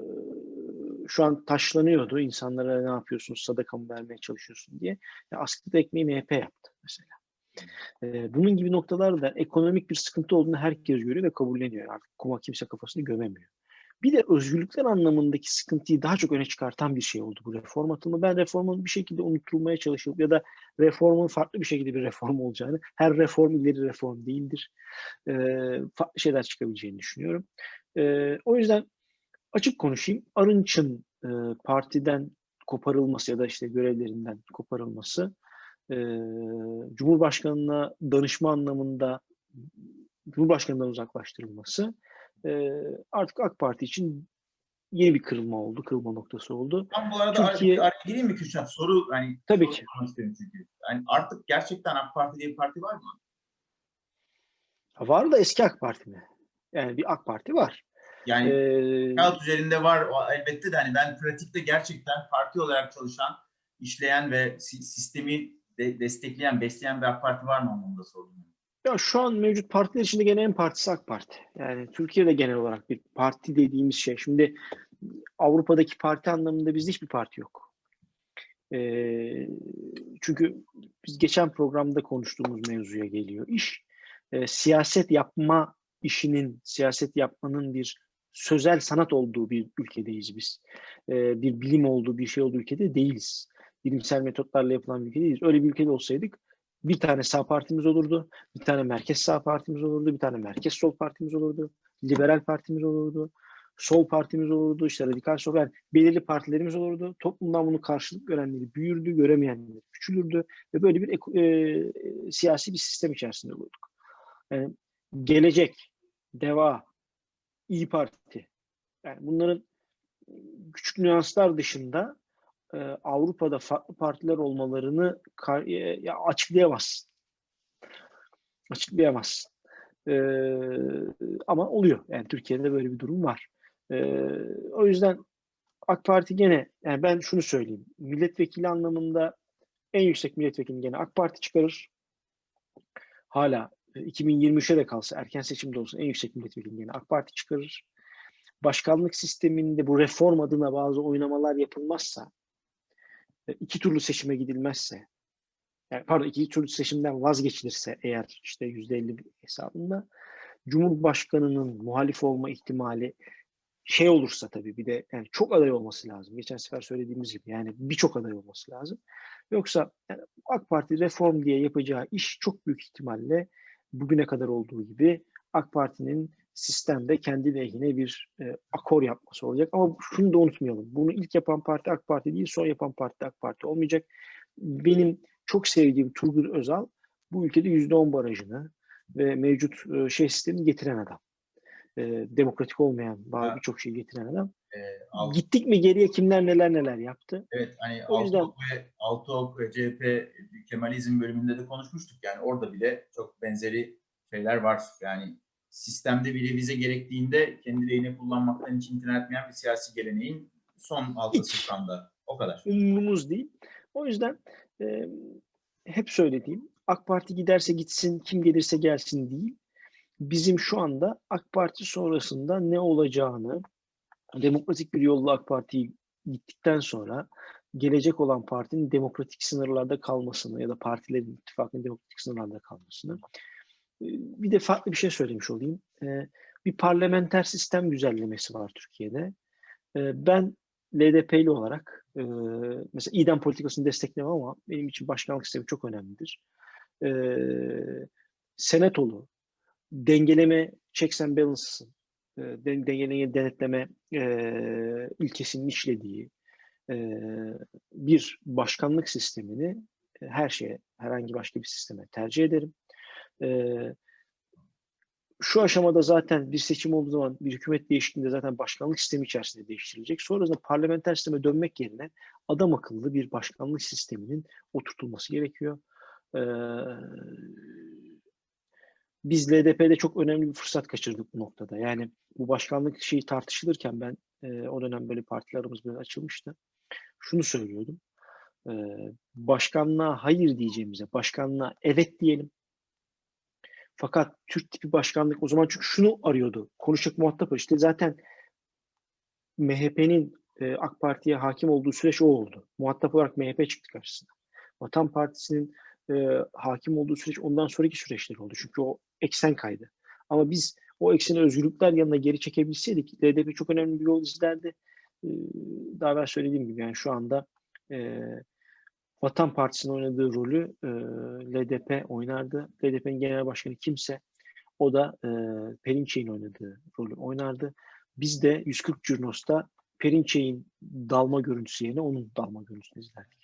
şu an taşlanıyordu. İnsanlara ne yapıyorsun, sadaka mı vermeye çalışıyorsun diye. Ya askıda ekmeği M H P yaptı mesela. E, bunun gibi noktalarda ekonomik bir sıkıntı olduğunu herkes görüyor ve kabulleniyor. Artık kuma kimse kafasını gömemiyor. Bir de özgürlükler anlamındaki sıkıntıyı daha çok öne çıkartan bir şey oldu bu reform atılımı. Ben reformun bir şekilde unutulmaya çalışıp ya da reformun farklı bir şekilde bir reform olacağını, her reform ileri reform değildir, e, farklı şeyler çıkabileceğini düşünüyorum. E, o yüzden açık konuşayım, Arınç'ın e, partiden koparılması ya da işte görevlerinden koparılması, e, Cumhurbaşkanı'na danışma anlamında Cumhurbaşkanı'ndan uzaklaştırılması e, artık AK Parti için yeni bir kırılma oldu, kırılma noktası oldu. Ben bu arada Türkiye, araya gireyim mi Kürşat? Soru hani tabii soru ki. sormak istiyorum çünkü. Yani artık gerçekten AK Parti diye bir parti var mı? Var da eski AK Parti mi? Yani bir AK Parti var. Yani Ee, kağıt üzerinde var o, elbette de hani ben pratikte gerçekten parti olarak çalışan, işleyen ve sistemi de destekleyen, besleyen bir AK Parti var mı anlamında sordum. ya şu an mevcut partiler içinde gene en partisi AK Parti. Yani Türkiye'de genel olarak bir parti dediğimiz şey. Şimdi Avrupa'daki parti anlamında bizde hiçbir parti yok. E, çünkü biz geçen programda konuştuğumuz mevzuya geliyor iş. E, siyaset yapma işinin, siyaset yapmanın bir sözel sanat olduğu bir ülkedeyiz biz. E, bir bilim olduğu, bir şey olduğu ülkede değiliz. Bilimsel metotlarla yapılan bir ülkede değiliz. Öyle bir ülkede olsaydık bir tane sağ partimiz olurdu, bir tane merkez sağ partimiz olurdu, bir tane merkez sol partimiz olurdu, liberal partimiz olurdu, sol partimiz olurdu, işte radikal sol, yani belirli partilerimiz olurdu. Toplumdan bunu karşılık görenleri büyürdü, göremeyenleri küçülürdü ve böyle bir e, siyasi bir sistem içerisinde olurduk. Yani Gelecek, Deva, İyi Parti, yani bunların küçük nüanslar dışında e, Avrupa'da farklı partiler olmalarını e, ya açıklayamazsın. Açıklayamazsın. E, ama oluyor. Yani Türkiye'de böyle bir durum var. E, o yüzden AK Parti gene, yani ben şunu söyleyeyim. Milletvekili anlamında en yüksek milletvekili gene AK Parti çıkarır. Hala iki bin yirmi üçe de kalsa, erken seçimde olsun, en yüksek milletvekili gene AK Parti çıkarır. Başkanlık sisteminde bu reform adına bazı oynamalar yapılmazsa, iki turlu seçime gidilmezse, yani pardon iki turlu seçimden vazgeçilirse eğer, işte yüzde elli hesabında, Cumhurbaşkanı'nın muhalif olma ihtimali şey olursa tabii, bir de yani çok aday olması lazım. Geçen sefer söylediğimiz gibi yani birçok aday olması lazım. Yoksa yani AK Parti reform diye yapacağı iş çok büyük ihtimalle bugüne kadar olduğu gibi AK Parti'nin sistemde kendi lehine bir e, akor yapması olacak. Ama şunu da unutmayalım. Bunu ilk yapan parti AK Parti değil, son yapan parti AK Parti olmayacak. Benim çok sevdiğim Turgut Özal bu ülkede yüzde on barajını ve mevcut e, şey sistemini getiren adam. E, demokratik olmayan bazı Ya, birçok şeyi getiren adam. e, alt, Gittik mi geriye, kimler neler neler yaptı. evet, hani O yüzden Altıok ve Altıok ve C H P Kemalizm bölümünde de konuşmuştuk. Yani orada bile çok benzeri şeyler var. Yani sistemde bir revize gerektiğinde kendi lehine kullanmaktan hiç imtina etmeyen bir siyasi geleneğin son halkası şu hiç anda. O kadar. umurumuz değil. O yüzden e, hep söylediğim, AK Parti giderse gitsin, kim gelirse gelsin değil. Bizim şu anda AK Parti sonrasında ne olacağını, demokratik bir yolla AK Parti'yi gittikten sonra gelecek olan partinin demokratik sınırlarda kalmasını ya da partilerin, ittifakın demokratik sınırlarda kalmasını. Bir de farklı bir şey söylemiş olayım. Bir parlamenter sistem güzellemesi var Türkiye'de. Ben L D P'li olarak mesela idam politikasını desteklemem ama benim için başkanlık sistemi çok önemlidir. Senetolu, dengeleme, checks and balances'ın, dengeleme, denetleme ilkesinin işlediği bir başkanlık sistemini her şeye, herhangi başka bir sisteme tercih ederim. Şu aşamada zaten bir seçim olduğu zaman, bir hükümet değiştiğinde zaten başkanlık sistemi içerisinde değiştirilecek. Sonrasında parlamenter sisteme dönmek yerine adam akıllı bir başkanlık sisteminin oturtulması gerekiyor. Ee, biz L D P'de çok önemli bir fırsat kaçırdık bu noktada. Yani bu başkanlık şeyi tartışılırken ben e, o dönem böyle partilerimiz böyle açılmıştı. Şunu söylüyordum. E, başkanlığa hayır diyeceğimize başkanlığa evet diyelim. Fakat Türk tipi başkanlık o zaman, çünkü şunu arıyordu. Konuşacak muhatap işte zaten M H P'nin e, AK Parti'ye hakim olduğu süreç o oldu. Muhatap olarak M H P çıktı karşısına. Vatan Partisi'nin e, hakim olduğu süreç ondan sonraki süreçler oldu. Çünkü o eksen kaydı. Ama biz o ekseni özgürlükler yanına geri çekebilseydik L D P çok önemli bir yol izlerdi. E, daha evvel söylediğim gibi yani şu anda e, Vatan Partisi'nin oynadığı rolü e, L D P oynardı. L D P'nin genel başkanı kimse, o da e, Perinçek'in oynadığı rolü oynardı. Biz de yüz kırk Curnos'ta Perinçek'in dalma görüntüsü yerine onun dalma görüntüsünü izlerdik.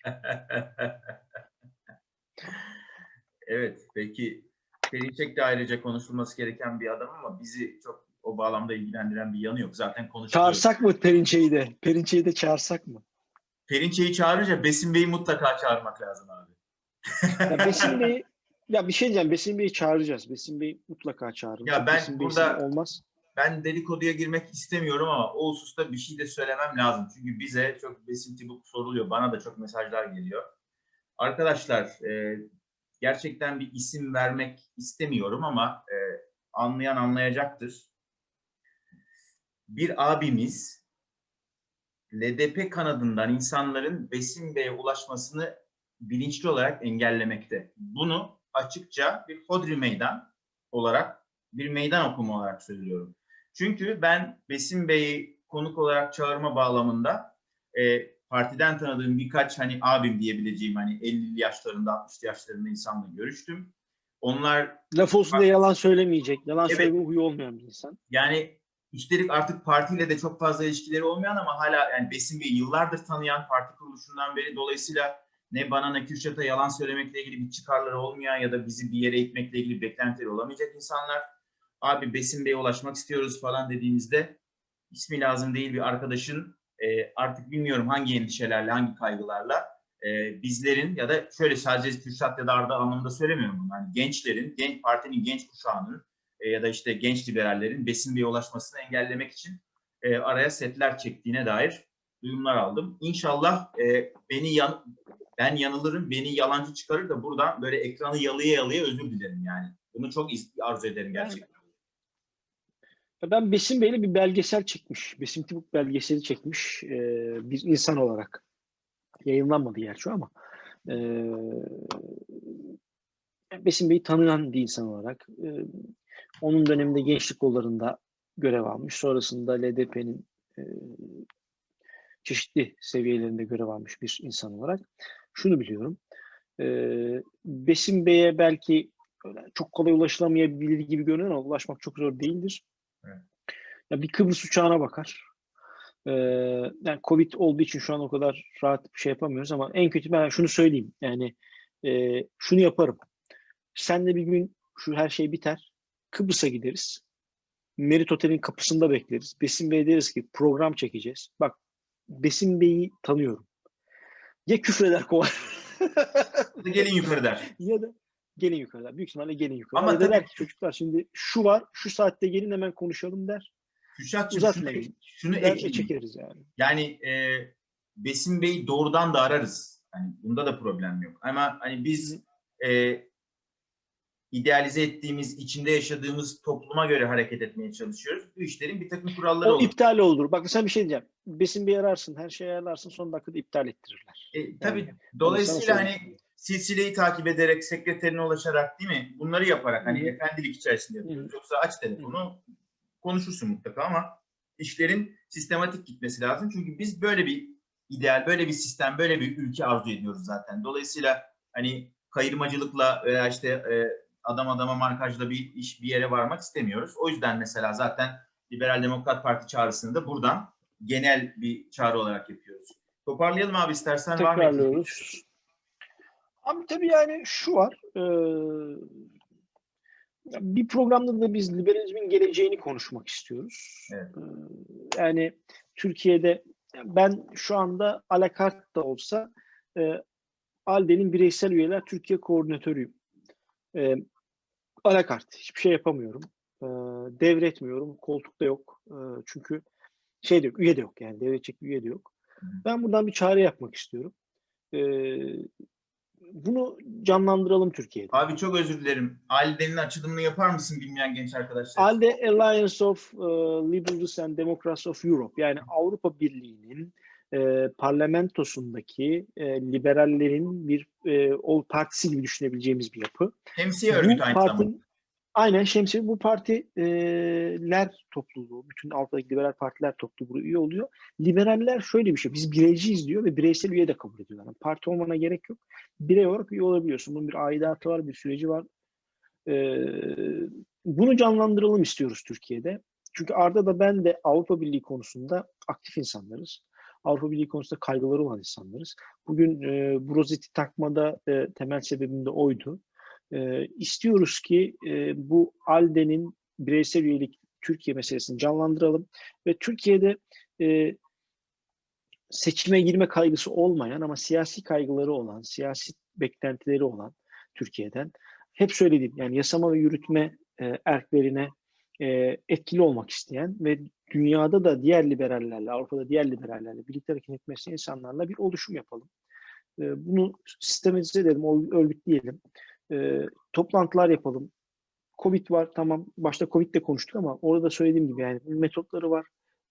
Evet, peki Perinçek de ayrıca konuşulması gereken bir adam ama bizi çok o bağlamda ilgilendiren bir yanı yok. Zaten konuşuluyor. Çağırsak mı Perinçek'i de? Perinçek'i de çağırsak mı? Perinçek'i çağırınca Besim Bey'i mutlaka çağırmak lazım abi. Ya Besim Bey'i, ya bir şey diyeceğim. Besim Bey'i çağıracağız. Besim Bey mutlaka Ya çağrılacak. ben Besim Bey'siz burada olmaz. ben dedikoduya girmek istemiyorum ama o hususta bir şey de söylemem lazım. Çünkü bize çok Besim Tibuk soruluyor. Bana da çok mesajlar geliyor. Arkadaşlar e, gerçekten bir isim vermek istemiyorum ama e, anlayan anlayacaktır. Bir abimiz L D P kanadından insanların Besim Bey'e ulaşmasını bilinçli olarak engellemekte. Bunu açıkça bir hodri meydan olarak, bir meydan okuma olarak söylüyorum. Çünkü ben Besim Bey'i konuk olarak çağırma bağlamında e, partiden tanıdığım birkaç hani abim diyebileceğim hani ellili yaşlarında, altmışlı yaşlarında insanla görüştüm. Onlar Laf olsun diye yalan söylemeyecek, yalan evet, söyleme huyu olmayan bir insan. yani üstelik artık partiyle de çok fazla ilişkileri olmayan ama hala yani Besim Bey'i yıllardır tanıyan, parti kuruluşundan beri, dolayısıyla ne bana ne Kürşat'a yalan söylemekle ilgili bir çıkarları olmayan ya da bizi bir yere itmekle ilgili beklentileri olamayacak insanlar. Abi Besim Bey'e ulaşmak istiyoruz falan dediğimizde ismi lazım değil bir arkadaşın e, artık bilmiyorum hangi endişelerle, hangi kaygılarla e, bizlerin ya da şöyle sadece Kürşat ya da Arda anlamında söylemiyorum bunu. Yani gençlerin, genç, partinin genç kuşağının e, ya da işte genç liberallerin Besim Bey'e ulaşmasını engellemek için e, araya setler çektiğine dair duyumlar aldım. İnşallah e, beni yan, ben yanılırım, beni yalancı çıkarır da buradan böyle ekranı yalıya yalıya özür dilerim yani. Bunu çok arzu ederim gerçekten. Ben Besim Bey'le bir belgesel çekmiş. Besim Tibuk belgeseli çekmiş e, bir insan olarak. Yayınlanmadı gerçi ama. E, Besim Bey'i tanıyan bir insan olarak. E, onun döneminde gençlik kollarında görev almış. Sonrasında L D P'nin e, çeşitli seviyelerinde görev almış bir insan olarak. Şunu biliyorum. E, Besim Bey'e belki çok kolay ulaşılamayabilir gibi görünüyor ama ulaşmak çok zor değildir. Evet. Ya bir Kıbrıs uçağına bakar. Ee, yani Covid olduğu için şu an o kadar rahat bir şey yapamıyoruz ama en kötü ben şunu söyleyeyim. Yani e, şunu yaparım. Senle bir gün şu her şey biter. Kıbrıs'a gideriz. Merit Otel'in kapısında bekleriz. Besim Bey deriz ki program çekeceğiz. Bak Besim Bey'i tanıyorum. Ya küfreder kovar. Gelin yukarı der. Ya da gelin yukarıda. Büyük ihtimalle gelin yukarıda. Ama Ya da tabii der ki çocuklar şimdi şu var, şu saatte gelin hemen konuşalım der. Kürşat'cığım şunu, Uzatmayın şunu der ve ekleyeyim. çekeriz yani. Yani e, Besim Bey'i doğrudan da ararız. Hani bunda da problem yok. Ama hani biz e, idealize ettiğimiz, içinde yaşadığımız topluma göre hareket etmeye çalışıyoruz. Bu işlerin bir takım kuralları O olur. iptal olur. Bak sen bir şey diyeceğim. Besin bir ararsın, her şeyi ayarlarsın, son dakikada iptal ettirirler. E, tabii Yani onu sana dolayısıyla söyleyeyim. hani silsileyi takip ederek, sekreterine ulaşarak değil mi? Bunları yaparak hani Hı-hı. efendilik içerisinde yapıyoruz. Hı-hı. Yoksa aç telefonu konuşursun mutlaka ama işlerin sistematik gitmesi lazım. Çünkü biz böyle bir ideal, böyle bir sistem, böyle bir ülke arzu ediyoruz zaten. Dolayısıyla hani kayırmacılıkla veya işte e, adam adama markajla bir iş bir yere varmak istemiyoruz. O yüzden mesela zaten Liberal Demokrat Parti çağrısını da buradan genel bir çağrı olarak yapıyoruz. Toparlayalım abi istersen, var mı ekleyecek? Tekrarlıyoruz. Ama tabii yani şu var. E, bir programda da biz liberalizmin geleceğini konuşmak istiyoruz. Evet. E, yani Türkiye'de ben şu anda alakart da olsa e, ALDE'nin bireysel üyeler Türkiye koordinatörüyüm. E, alakart. Hiçbir şey yapamıyorum. E, devretmiyorum. Koltukta yok. E, çünkü şey de yok, üye de yok yani devredecek bir üye de yok. Ben buradan bir çağrı yapmak istiyorum. E, bunu canlandıralım Türkiye'de. Abi çok özür dilerim. ALDE'nin açılımını yapar mısın bilmeyen genç arkadaşlar? ALDE Alliance of uh, Liberals and Democrats of Europe, yani Avrupa Birliği'nin e, parlamentosundaki e, liberallerin bir e, o partisi gibi düşünebileceğimiz bir yapı. Temsiye Bu örgütü aynı zamanda. partinin aynen şemsiye bu partiler topluluğu, bütün Avrupa'daki liberal partiler topluluğu üye oluyor. Liberaller şöyle bir şey, biz bireyciyiz diyor ve bireysel üye de kabul ediyorlar. Yani parti olmana gerek yok. Birey olarak üye olabiliyorsun. Bunun bir aidatı var, bir süreci var. Ee, bunu canlandıralım istiyoruz Türkiye'de. Çünkü Arda da ben de Avrupa Birliği konusunda aktif insanlarız. Avrupa Birliği konusunda kaygıları olan insanlarız. Bugün e, bu rozeti takmada e, temel sebebim de oydu. E, istiyoruz ki e, bu ALDE'nin bireysel üyelik Türkiye meselesini canlandıralım ve Türkiye'de e, seçime girme kaygısı olmayan ama siyasi kaygıları olan, siyasi beklentileri olan Türkiye'den hep söylediğim yani yasama ve yürütme e, erklerine e, etkili olmak isteyen ve dünyada da diğer liberallerle, Avrupa'da diğer liberallerle birlikte hareket etmesi insanlarla bir oluşum yapalım. E, bunu sistematize edelim, örgütleyelim. E, toplantılar yapalım. Covid var, tamam. Başta Covid'le konuştuk ama orada söylediğim gibi yani metotları var.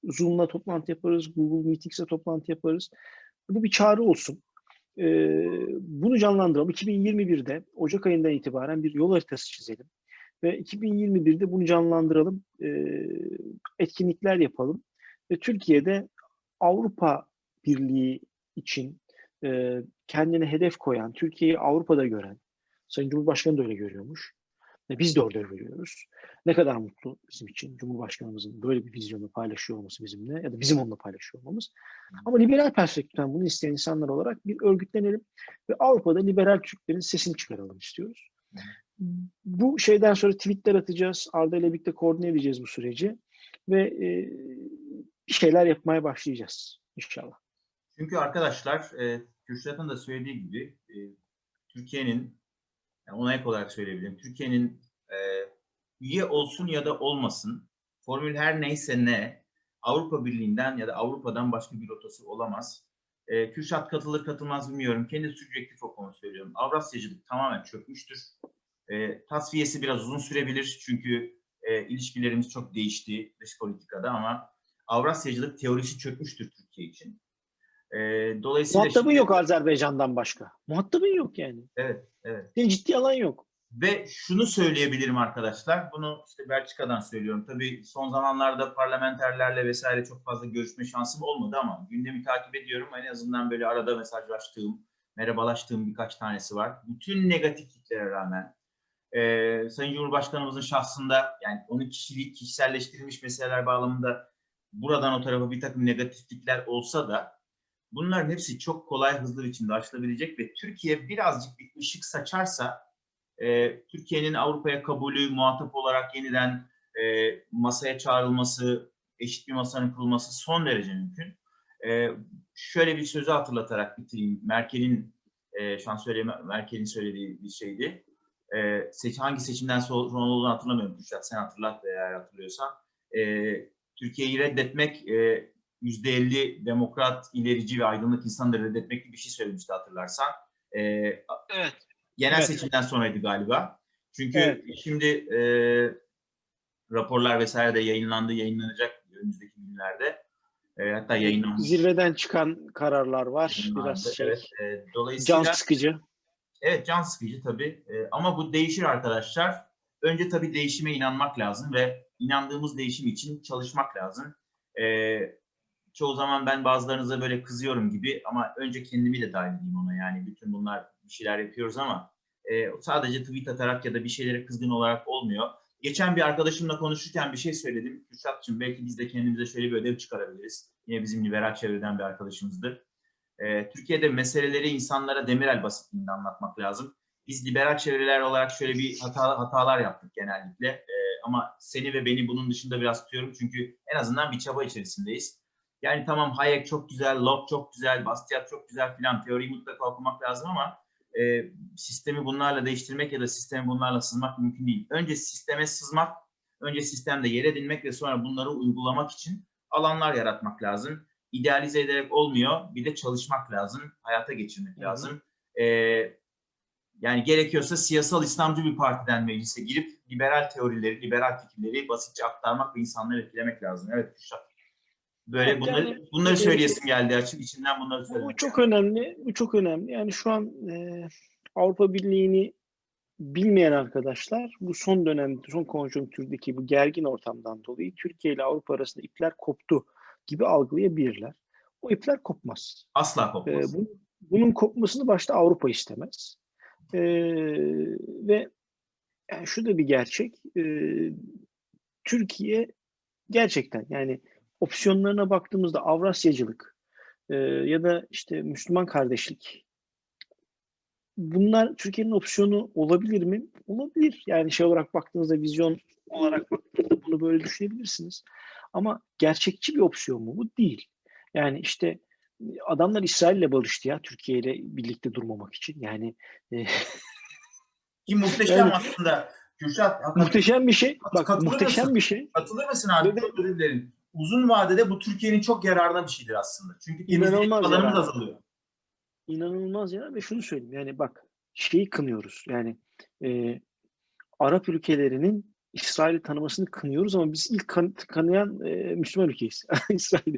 Zoom'la toplantı yaparız, Google Meetings'le toplantı yaparız. Bu bir çağrı olsun. Ee, bunu canlandıralım. iki bin yirmi birde Ocak ayından itibaren bir yol haritası çizelim. Ve iki bin yirmi birde bunu canlandıralım. Ee, etkinlikler yapalım. Ve Türkiye'de Avrupa Birliği için e, kendine hedef koyan, Türkiye'yi Avrupa'da gören, Sayın Cumhurbaşkanı da öyle görüyormuş. Ve biz de orada görüyoruz. Ne kadar mutlu bizim için Cumhurbaşkanımızın böyle bir vizyonu paylaşıyor olması bizimle ya da bizim onunla paylaşıyor olmamız. Ama liberal perspektiften bunu isteyen insanlar olarak bir örgütlenelim ve Avrupa'da liberal Türklerin sesini çıkaralım istiyoruz. Bu şeyden sonra tweetler atacağız. Arda ile birlikte koordine edeceğiz bu süreci ve e, bir şeyler yapmaya başlayacağız inşallah. Çünkü arkadaşlar e, Kürşat'ın da söylediği gibi e, Türkiye'nin, yani ona ek olarak söyleyebilirim, Türkiye'nin e, üye olsun ya da olmasın, formül her neyse ne, Avrupa Birliği'nden ya da Avrupa'dan başka bir rotası olamaz. E, Kürşat katılır katılmaz bilmiyorum. Kendi subjektif okumu söylüyorum. Avrasyacılık tamamen çökmüştür. E, tasfiyesi biraz uzun sürebilir çünkü e, ilişkilerimiz çok değişti dış politikada ama Avrasyacılık teorisi çökmüştür Türkiye için. E, dolayısıyla Muhatabın şimdi, yok Azerbaycan'dan başka. Muhatabın yok yani. Evet, evet. Senin ciddi alan yok. Ve şunu söyleyebilirim arkadaşlar, bunu işte Belçika'dan söylüyorum. Tabii son zamanlarda parlamenterlerle vesaire çok fazla görüşme şansım olmadı ama gündemi takip ediyorum. En azından böyle arada mesajlaştığım, merhabalaştığım birkaç tanesi var. Bütün negatifliklere rağmen e, Sayın Cumhurbaşkanımızın şahsında, yani onun kişilik, kişiselleştirilmiş meseleler bağlamında buradan o tarafa bir takım negatiflikler olsa da bunların hepsi çok kolay, hızlı biçimde aşılabilecek ve Türkiye birazcık bir ışık saçarsa e, Türkiye'nin Avrupa'ya kabulü, muhatap olarak yeniden e, masaya çağrılması, eşit bir masanın kurulması son derece mümkün. E, şöyle bir sözü hatırlatarak bitireyim. Merkel'in, e, şansölye Merkel'in söylediği bir şeydi. E, seç, hangi seçimden sonra olduğunu hatırlamıyorum. Kürşat, sen hatırlat eğer hatırlıyorsan. E, Türkiye'yi reddetmek, e, yüzde elli demokrat, ilerici ve aydınlık insanları reddetmek gibi bir şey söylemişti hatırlarsan. E, Evet. Genel Evet. seçimden sonraydı galiba. Çünkü Evet. şimdi e, raporlar vesaire de yayınlandı, yayınlanacak önümüzdeki günlerde. E, hatta yayınlanmış. Zirveden çıkan kararlar var. Biraz Yayınlandı. şey, Evet. E, can dolayısıyla sıkıcı. evet, can sıkıcı tabii. E, ama bu değişir arkadaşlar. Önce tabii değişime inanmak lazım ve inandığımız değişim için çalışmak lazım. E, çoğu zaman ben bazılarınıza böyle kızıyorum gibi ama önce kendimi de dahil edeyim ona. Yani bütün bunlar bir şeyler yapıyoruz ama e, sadece tweet atarak ya da bir şeylere kızgın olarak olmuyor. Geçen bir arkadaşımla konuşurken bir şey söyledim. Kürşat'cığım, belki biz de kendimize şöyle bir ödev çıkarabiliriz. Yine bizim liberal çevreden bir arkadaşımızdır. E, Türkiye'de meseleleri insanlara Demirel basitliğinde anlatmak lazım. Biz liberal çevreler olarak şöyle bir hata, hatalar yaptık genellikle. E, ama seni ve beni bunun dışında biraz tutuyorum. Çünkü en azından bir çaba içerisindeyiz. Yani tamam, Hayek çok güzel, Locke çok güzel, Bastiat çok güzel filan, teoriyi mutlaka okumak lazım ama e, sistemi bunlarla değiştirmek ya da sistemi bunlarla sızmak mümkün değil. Önce sisteme sızmak, önce sistemde yer edinmek ve sonra bunları uygulamak için alanlar yaratmak lazım. İdealize ederek olmuyor, bir de çalışmak lazım, hayata geçirmek lazım. E, yani gerekiyorsa siyasal İslamcı bir partiden meclise girip liberal teorileri, liberal fikirleri basitçe aktarmak ve insanları etkilemek lazım. Evet Kürşat. Böyle Evet, bunları yani, bunları e, söyleyesim geldi, açık içimden bunları söylemek. Bu çok önemli. Bu çok önemli. Yani şu an e, Avrupa Birliği'ni bilmeyen arkadaşlar bu son dönemde, son konjonktürdeki bu gergin ortamdan dolayı Türkiye ile Avrupa arasında ipler koptu gibi algılayabilirler. O ipler kopmaz. Asla kopmaz. E, bu, bunun kopmasını başta Avrupa istemez. E, ve yani şu da bir gerçek. E, Türkiye gerçekten, yani opsiyonlarına baktığımızda Avrasyacılık e, ya da işte Müslüman kardeşlik, bunlar Türkiye'nin opsiyonu olabilir mi? Olabilir. Yani şey olarak baktığınızda, vizyon olarak baktığınızda bunu böyle düşünebilirsiniz. Ama gerçekçi bir opsiyon mu? Bu değil. Yani işte adamlar İsrail'le barıştı ya, Türkiye ile birlikte durmamak için. Yani e, Ki muhteşem yani aslında. Kürşat, muhteşem bir şey. Bak, katılır muhteşem mısın? bir şey. Katılır mısın abi? Ve de Çok özür dilerim. Uzun vadede bu Türkiye'nin çok yararına bir şeydir aslında. Çünkü temizlik inanılmaz alanımız yararlı. azalıyor. İnanılmaz ya. Ve şunu söyleyeyim. Yani bak, şeyi kınıyoruz. Yani e, Arap ülkelerinin İsrail'i tanımasını kınıyoruz ama biz ilk kan, kanayan e, Müslüman ülkeyiz. İsrail'i.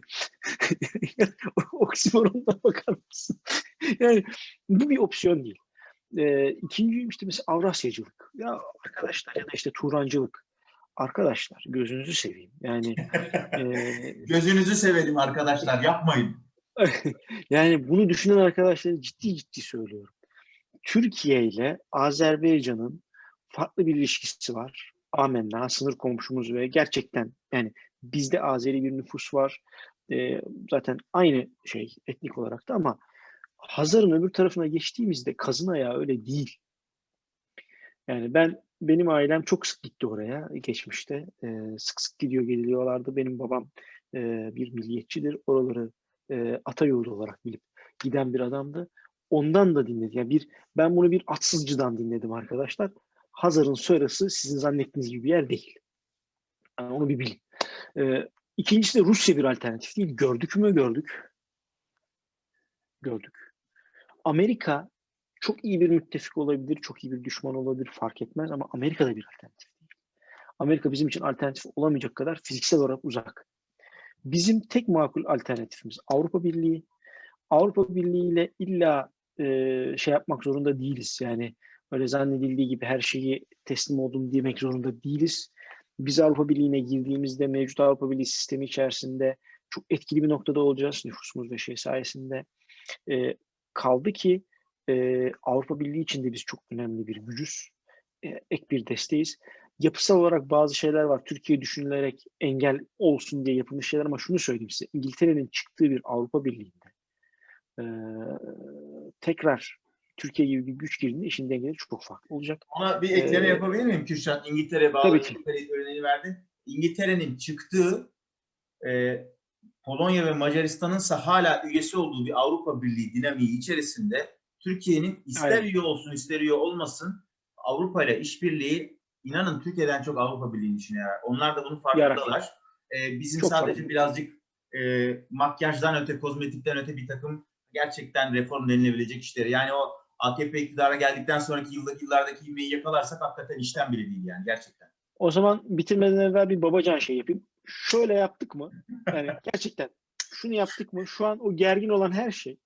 Oksimoron'dan bakar mısın? Yani bu bir opsiyon değil. E, ikinci işte mesela Avrasyacılık. Ya arkadaşlar ya da işte Turancılık. Arkadaşlar gözünüzü seveyim. Yani e, Gözünüzü severim arkadaşlar, yapmayın. yani bunu düşünen arkadaşlara ciddi ciddi söylüyorum. Türkiye ile Azerbaycan'ın farklı bir ilişkisi var. Amenna, sınır komşumuz ve gerçekten yani bizde Azeri bir nüfus var. Ee, zaten aynı şey etnik olarak da ama Hazar'ın öbür tarafına geçtiğimizde Kazın Ayağı öyle değil. Yani ben benim ailem çok sık gitti oraya geçmişte. Ee, sık sık gidiyor geliyorlardı. Benim babam e, bir milliyetçidir. Oraları e, ata yolu olarak bilip giden bir adamdı. Ondan da dinledim. Yani bir ben bunu bir atsızcıdan dinledim arkadaşlar. Hazar'ın sonrası sizin zannettiğiniz gibi bir yer değil. Yani onu bir bilin. Ee, ikincisi de Rusya bir alternatif değil. Gördük mü gördük. Gördük. Amerika çok iyi bir müttefik olabilir, çok iyi bir düşman olabilir fark etmez ama Amerika da bir alternatif değil. Amerika bizim için alternatif olamayacak kadar fiziksel olarak uzak. Bizim tek makul alternatifimiz Avrupa Birliği. Avrupa Birliği ile illa e, şey yapmak zorunda değiliz. Yani öyle zannedildiği gibi her şeyi teslim oldum demek zorunda değiliz. Biz Avrupa Birliği'ne girdiğimizde mevcut Avrupa Birliği sistemi içerisinde çok etkili bir noktada olacağız nüfusumuz ve şey sayesinde. E, kaldı ki e, Avrupa Birliği içinde biz çok önemli bir gücüz. E, ek bir desteğiz. Yapısal olarak bazı şeyler var. Türkiye düşünülerek engel olsun diye yapılmış şeyler ama şunu söyleyeyim size. İngiltere'nin çıktığı bir Avrupa Birliği'nde e, tekrar Türkiye gibi bir güç girdiğinde işin dengeleri çok farklı olacak. Ona bir ekleme E, yapabilir miyim Kürşat? İngiltere'ye bağlı tabii ki. İngiltere örneğini verdin. İngiltere'nin çıktığı e, Polonya ve Macaristan'ın ise hala üyesi olduğu bir Avrupa Birliği dinamiği içerisinde Türkiye'nin ister Aynen. üye olsun ister üye olmasın Avrupa ile işbirliği inanın Türkiye'den çok Avrupa Birliği'nin işine yarar. Onlar da bunun Yarar. farkındalar. Ee, bizim Çok sadece farklı. birazcık e, makyajdan öte, kozmetikten öte bir takım gerçekten reform denilebilecek işleri. Yani o A K P iktidara geldikten sonraki yıldaki yıllardaki ivmeyi yakalarsak hakikaten işten bile değil yani gerçekten. O zaman bitirmeden evvel bir babacan şey yapayım. Şöyle yaptık mı? Yani gerçekten şunu yaptık mı? Şu an o gergin olan her şey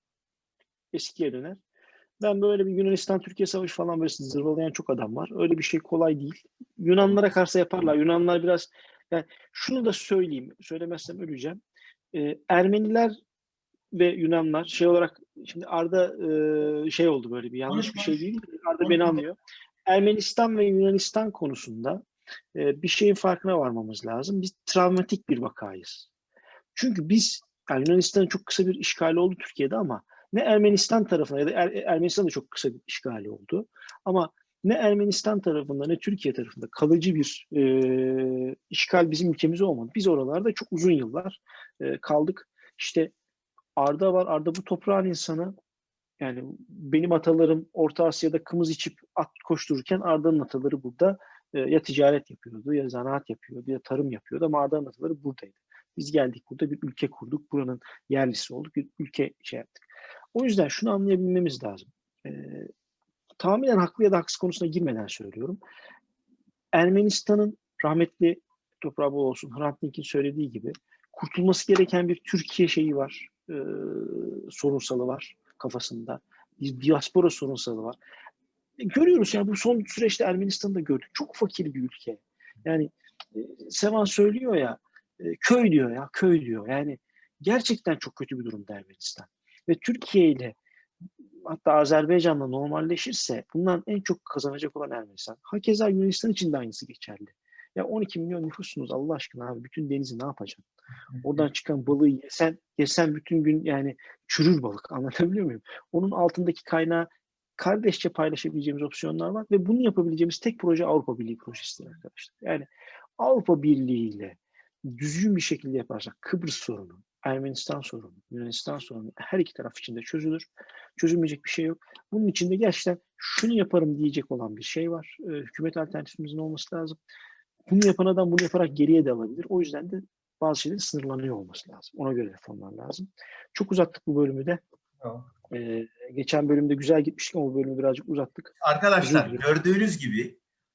eskiye döner. Ben böyle bir Yunanistan-Türkiye savaşı falan böyle zırvalayan çok adam var. Öyle bir şey kolay değil. Yunanlara karşı yaparlar. Yunanlar biraz yani şunu da söyleyeyim. Söylemezsem öleceğim. Ee, Ermeniler ve Yunanlar şey olarak şimdi Arda e, şey oldu böyle bir yanlış Konuş bir şey konuş. değil. Arda Konuş. beni anlıyor. Ermenistan ve Yunanistan konusunda e, bir şeyin farkına varmamız lazım. Biz travmatik bir vakayız. Çünkü biz yani Yunanistan'ın çok kısa bir işgali oldu Türkiye'de ama ne Ermenistan tarafına ya da er, Ermenistan'da çok kısa bir işgali oldu. Ama ne Ermenistan tarafında ne Türkiye tarafında kalıcı bir e, işgal bizim ülkemize olmadı. Biz oralarda çok uzun yıllar e, kaldık. İşte Arda var. Arda bu toprağın insanı. Yani benim atalarım Orta Asya'da kımız içip at koştururken Arda'nın ataları burada e, ya ticaret yapıyordu ya zanaat yapıyordu ya tarım yapıyordu ama Arda'nın ataları buradaydı. Biz geldik burada bir ülke kurduk. Buranın yerlisi olduk. Bir ülke şey yaptık. O yüzden şunu anlayabilmemiz lazım. E, tamamen haklı ya da haksız konusuna girmeden söylüyorum. Ermenistan'ın rahmetli toprağı bol olsun Hrant Dink'in söylediği gibi kurtulması gereken bir Türkiye şeyi var. E, sorunsalı var kafasında. Bir diaspora sorunsalı var. E, görüyoruz yani bu son süreçte Ermenistan'da gördük. Çok fakir bir ülke. Yani e, Sevan söylüyor ya e, köy diyor ya köy diyor. Yani gerçekten çok kötü bir durumda Ermenistan. Ve Türkiye ile hatta Azerbaycan'la normalleşirse bundan en çok kazanacak olan Ermenistan. Hakeza Yunanistan için de aynısı geçerli. Ya on iki milyon nüfusunuz Allah aşkına abi. Bütün denizi ne yapacaksın? Oradan çıkan balığı yesen, yesen bütün gün yani çürür balık. Anlatabiliyor muyum? Onun altındaki kaynağı kardeşçe paylaşabileceğimiz opsiyonlar var ve bunu yapabileceğimiz tek proje Avrupa Birliği projesidir arkadaşlar. Yani Avrupa Birliği ile düzgün bir şekilde yaparsak Kıbrıs sorunu, Ermenistan sorunu, Yunanistan sorunu her iki taraf için de çözülür. Çözülmeyecek bir şey yok. Bunun için de gerçekten şunu yaparım diyecek olan bir şey var. Ee, hükümet alternatifimizin olması lazım. Bunu yapan adam bunu yaparak geriye de alabilir. O yüzden de bazı şeylerin sınırlanıyor olması lazım. Ona göre reformlar lazım. Çok uzattık bu bölümü de. Tamam. Ee, geçen bölümde güzel gitmiştik ama bu bölümü birazcık uzattık. Özür Arkadaşlar dilerim. gördüğünüz gibi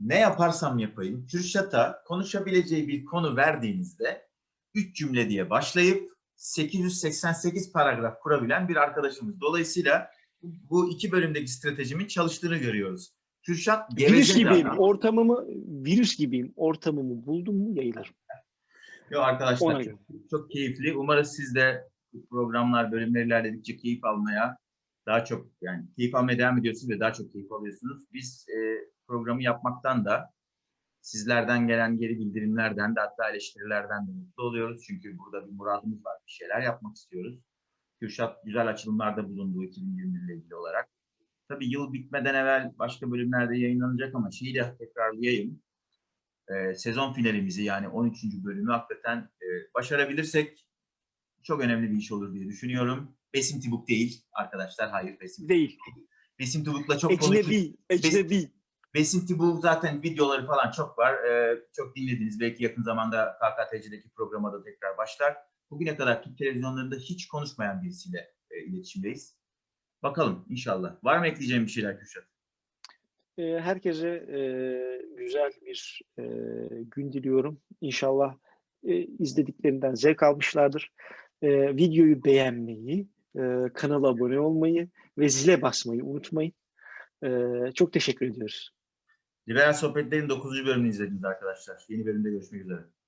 ne yaparsam yapayım Kürşat'a konuşabileceği bir konu verdiğinizde üç cümle diye başlayıp sekiz yüz seksen sekiz paragraf kurabilen bir arkadaşımız. Dolayısıyla bu iki bölümdeki stratejimin çalıştığını görüyoruz. Kürşat Virüs geveze bir gibiyim. adam. Ortamımı virüs gibiyim. Ortamımı buldum mu yayılırım. Yok arkadaşlar Ona çok, göre. çok keyifli. Umarız siz de bu programlar, bölümler ilerledikçe keyif almaya daha çok yani keyif almaya devam ediyorsunuz ve daha çok keyif alıyorsunuz. Biz e, programı yapmaktan da sizlerden gelen geri bildirimlerden de hatta eleştirilerden de mutlu oluyoruz. Çünkü burada bir muradımız var. Bir şeyler yapmak istiyoruz. Kürşat güzel açılımlarda bulundu iki bin yirmi ile ilgili olarak. Tabii yıl bitmeden evvel başka bölümlerde yayınlanacak ama şeyi de tekrarlayayım. Ee, sezon finalimizi yani on üçüncü bölümü hakikaten e, başarabilirsek çok önemli bir iş olur diye düşünüyorum. Besim Tibuk değil arkadaşlar. Hayır Besim. Değil. Besim Tibuk'la çok konuştuk. Ecnebi. Ecnebi. Besim Tibuk zaten videoları falan çok var. Ee, çok dinlediniz. Belki yakın zamanda K K T C'deki programa da tekrar başlar. Bugüne kadar Türk televizyonlarında hiç konuşmayan birisiyle e, iletişimdeyiz. Bakalım inşallah. Var mı ekleyeceğim bir şeyler Kürşat? Ee, Herkese e, güzel bir e, gün diliyorum. İnşallah e, izlediklerinden zevk almışlardır. E, videoyu beğenmeyi, e, kanala abone olmayı ve zile basmayı unutmayın. E, çok teşekkür ediyoruz. Liberal Sohbetler'in dokuzuncu bölümünü izlediniz arkadaşlar. Yeni bölümde görüşmek üzere.